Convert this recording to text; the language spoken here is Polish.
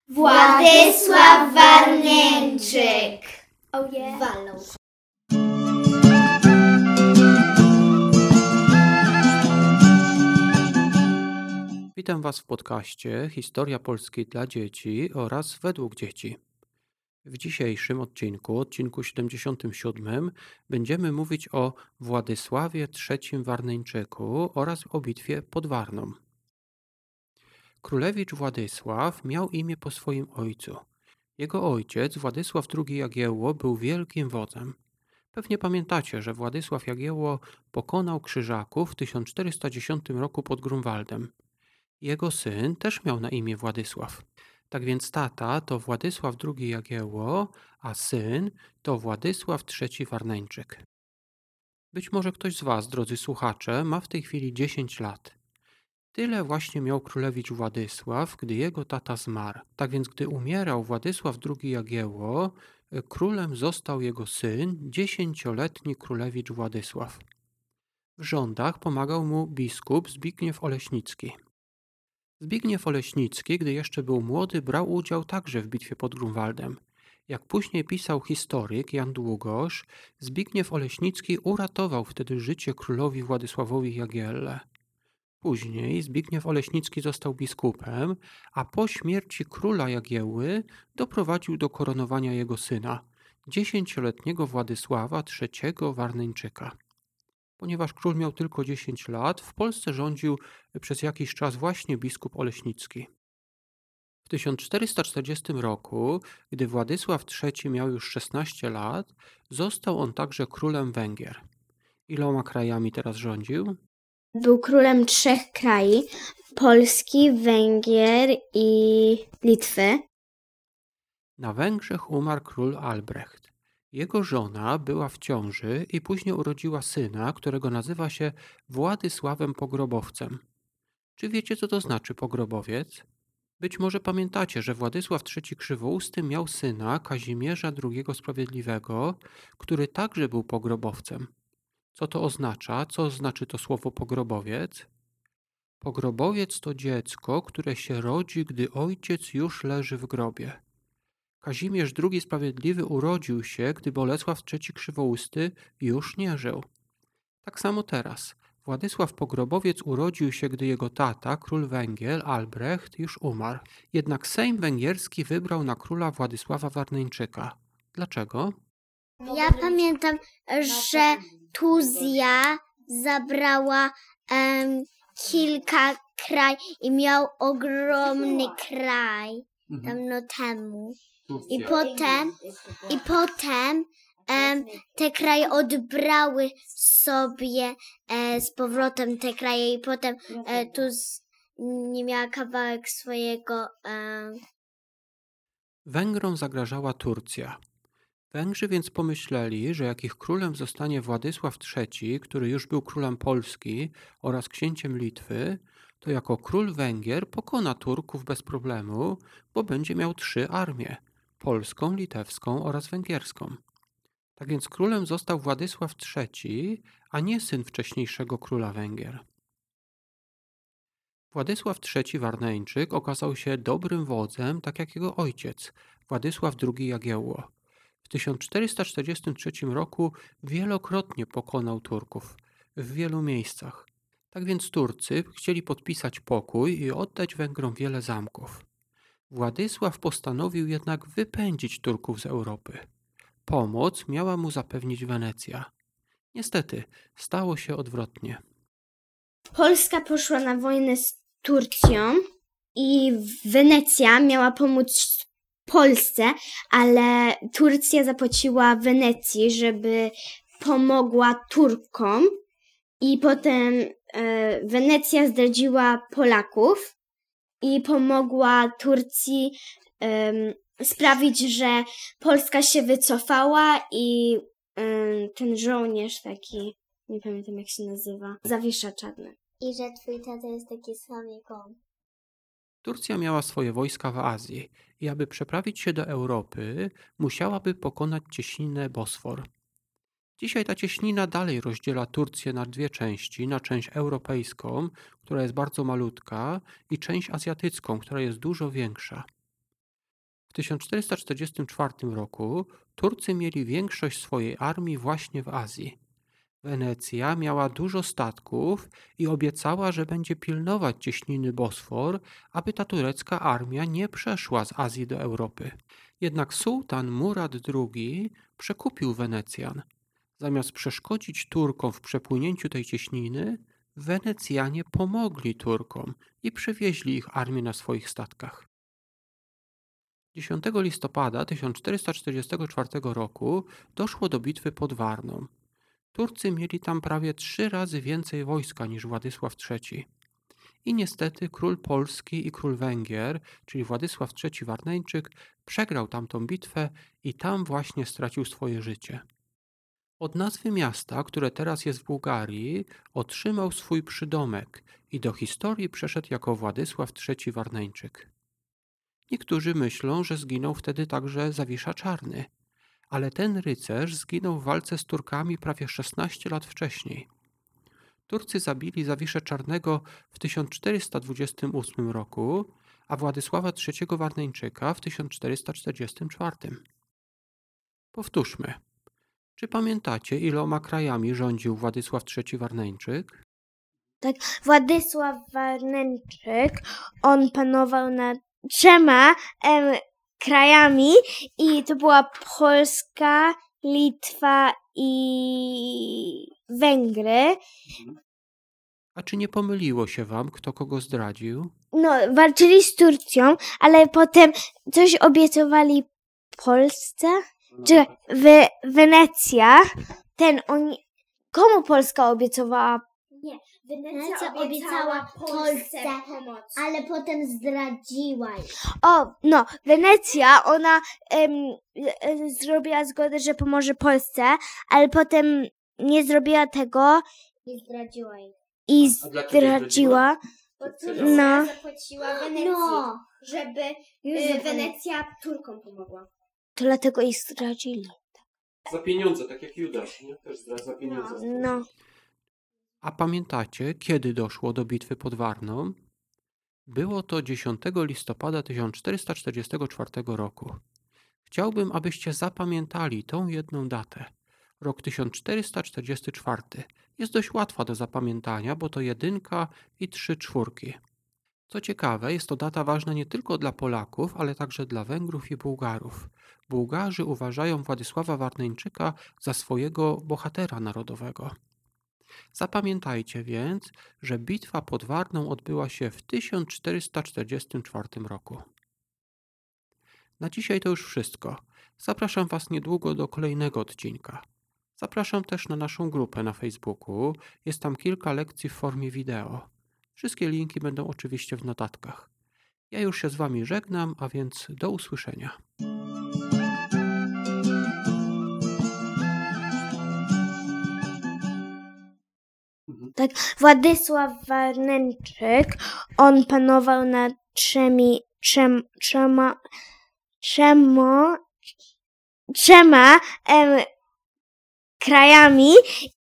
Władysław Warneńczyk. Oh yeah. Walą. Witam Was w podcaście Historia Polski dla dzieci oraz według dzieci. W dzisiejszym odcinku 77, będziemy mówić o Władysławie III Warneńczyku oraz o bitwie pod Warną. Królewicz Władysław miał imię po swoim ojcu. Jego ojciec, Władysław II Jagiełło, był wielkim wodzem. Pewnie pamiętacie, że Władysław Jagiełło pokonał Krzyżaków w 1410 roku pod Grunwaldem. Jego syn też miał na imię Władysław. Tak więc tata to Władysław II Jagiełło, a syn to Władysław III Warneńczyk. Być może ktoś z Was, drodzy słuchacze, ma w tej chwili 10 lat. Tyle właśnie miał królewicz Władysław, gdy jego tata zmarł. Tak więc gdy umierał Władysław II Jagiełło, królem został jego syn, 10-letni królewicz Władysław. W rządach pomagał mu biskup Zbigniew Oleśnicki. Zbigniew Oleśnicki, gdy jeszcze był młody, brał udział także w bitwie pod Grunwaldem. Jak później pisał historyk Jan Długosz, Zbigniew Oleśnicki uratował wtedy życie królowi Władysławowi Jagielle. Później Zbigniew Oleśnicki został biskupem, a po śmierci króla Jagiełły doprowadził do koronowania jego syna, 10-letniego Władysława III Warneńczyka. Ponieważ król miał tylko 10 lat, w Polsce rządził przez jakiś czas właśnie biskup Oleśnicki. W 1440 roku, gdy Władysław III miał już 16 lat, został on także królem Węgier. Iloma krajami teraz rządził? Był królem 3 krajów: Polski, Węgier i Litwy. Na Węgrzech umarł król Albrecht. Jego żona była w ciąży i później urodziła syna, którego nazywa się Władysławem Pogrobowcem. Czy wiecie, co to znaczy pogrobowiec? Być może pamiętacie, że Władysław III Krzywousty miał syna Kazimierza II Sprawiedliwego, który także był pogrobowcem. Co to oznacza? Co znaczy to słowo pogrobowiec? Pogrobowiec to dziecko, które się rodzi, gdy ojciec już leży w grobie. Kazimierz II Sprawiedliwy urodził się, gdy Bolesław III Krzywousty już nie żył. Tak samo teraz. Władysław Pogrobowiec urodził się, gdy jego tata, król Węgier, Albrecht, już umarł. Jednak Sejm węgierski wybrał na króla Władysława Warneńczyka. Dlaczego? Ja pamiętam, że Tuzja zabrała kilka krajów i miał ogromny kraj dawno temu. I potem te kraje odbrały sobie z powrotem te kraje i potem nie miała kawałek swojego. Węgrom zagrażała Turcja. Węgrzy więc pomyśleli, że jak ich królem zostanie Władysław III, który już był królem Polski oraz księciem Litwy, to jako król Węgier pokona Turków bez problemu, bo będzie miał 3 armie: polską, litewską oraz węgierską. Tak więc królem został Władysław III, a nie syn wcześniejszego króla Węgier. Władysław III Warneńczyk okazał się dobrym wodzem, tak jak jego ojciec, Władysław II Jagiełło. W 1443 roku wielokrotnie pokonał Turków w wielu miejscach. Tak więc Turcy chcieli podpisać pokój i oddać Węgrom wiele zamków. Władysław postanowił jednak wypędzić Turków z Europy. Pomoc miała mu zapewnić Wenecja. Niestety, stało się odwrotnie. Polska poszła na wojnę z Turcją i Wenecja miała pomóc Polsce, ale Turcja zapłaciła Wenecji, żeby pomogła Turkom, i potem Wenecja zdradziła Polaków i pomogła Turcji sprawić, że Polska się wycofała i ten żołnierz taki, nie pamiętam jak się nazywa, Zawisza Czarny. I że twój tata jest taki sam jak on. Turcja miała swoje wojska w Azji i aby przeprawić się do Europy, musiałaby pokonać cieśninę Bosfor. Dzisiaj ta cieśnina dalej rozdziela Turcję na 2 części, na część europejską, która jest bardzo malutka, i część azjatycką, która jest dużo większa. 1444 roku Turcy mieli większość swojej armii właśnie w Azji. Wenecja miała dużo statków i obiecała, że będzie pilnować cieśniny Bosfor, aby ta turecka armia nie przeszła z Azji do Europy. Jednak sułtan Murad II przekupił Wenecjan. Zamiast przeszkodzić Turkom w przepłynięciu tej cieśniny, Wenecjanie pomogli Turkom i przewieźli ich armię na swoich statkach. 10 listopada 1444 roku doszło do bitwy pod Warną. Turcy mieli tam prawie 3 razy więcej wojska niż Władysław III. I niestety król Polski i król Węgier, czyli Władysław III Warneńczyk, przegrał tamtą bitwę i tam właśnie stracił swoje życie. Od nazwy miasta, które teraz jest w Bułgarii, otrzymał swój przydomek i do historii przeszedł jako Władysław III Warneńczyk. Niektórzy myślą, że zginął wtedy także Zawisza Czarny, ale ten rycerz zginął w walce z Turkami prawie 16 lat wcześniej. Turcy zabili Zawiszę Czarnego w 1428 roku, a Władysława III Warneńczyka w 1444. Powtórzmy. Czy pamiętacie, iloma krajami rządził Władysław III Warneńczyk? Tak, Władysław Warneńczyk, on panował nad 3 krajami i to była Polska, Litwa i Węgry. A czy nie pomyliło się wam, kto kogo zdradził? No, walczyli z Turcją, ale potem coś obiecowali Polsce, czy Wenecja. Komu Polska obiecowała? Nie, Wenecja obiecała Polsce pomoc, ale potem zdradziła ich. Wenecja, ona zrobiła zgodę, że pomoże Polsce, ale potem nie zrobiła tego I zdradziła ich. i zdradziła. Bo Turcja zapłaciła Wenecji, żeby Wenecja Turkom pomogła. To dlatego ich zdradzili. Za pieniądze, tak jak Judasz, nie? Też za pieniądze. No. A pamiętacie, kiedy doszło do bitwy pod Warną? Było to 10 listopada 1444 roku. Chciałbym, abyście zapamiętali tą jedną datę. Rok 1444. Jest dość łatwa do zapamiętania, bo to 1 i 3 czwórki. Co ciekawe, jest to data ważna nie tylko dla Polaków, ale także dla Węgrów i Bułgarów. Bułgarzy uważają Władysława Warneńczyka za swojego bohatera narodowego. Zapamiętajcie więc, że bitwa pod Warną odbyła się w 1444 roku. Na dzisiaj to już wszystko. Zapraszam Was niedługo do kolejnego odcinka. Zapraszam też na naszą grupę na Facebooku. Jest tam kilka lekcji w formie wideo. Wszystkie linki będą oczywiście w notatkach. Ja już się z Wami żegnam, a więc do usłyszenia. Tak, Władysław Warneńczyk, on panował nad 3 krajami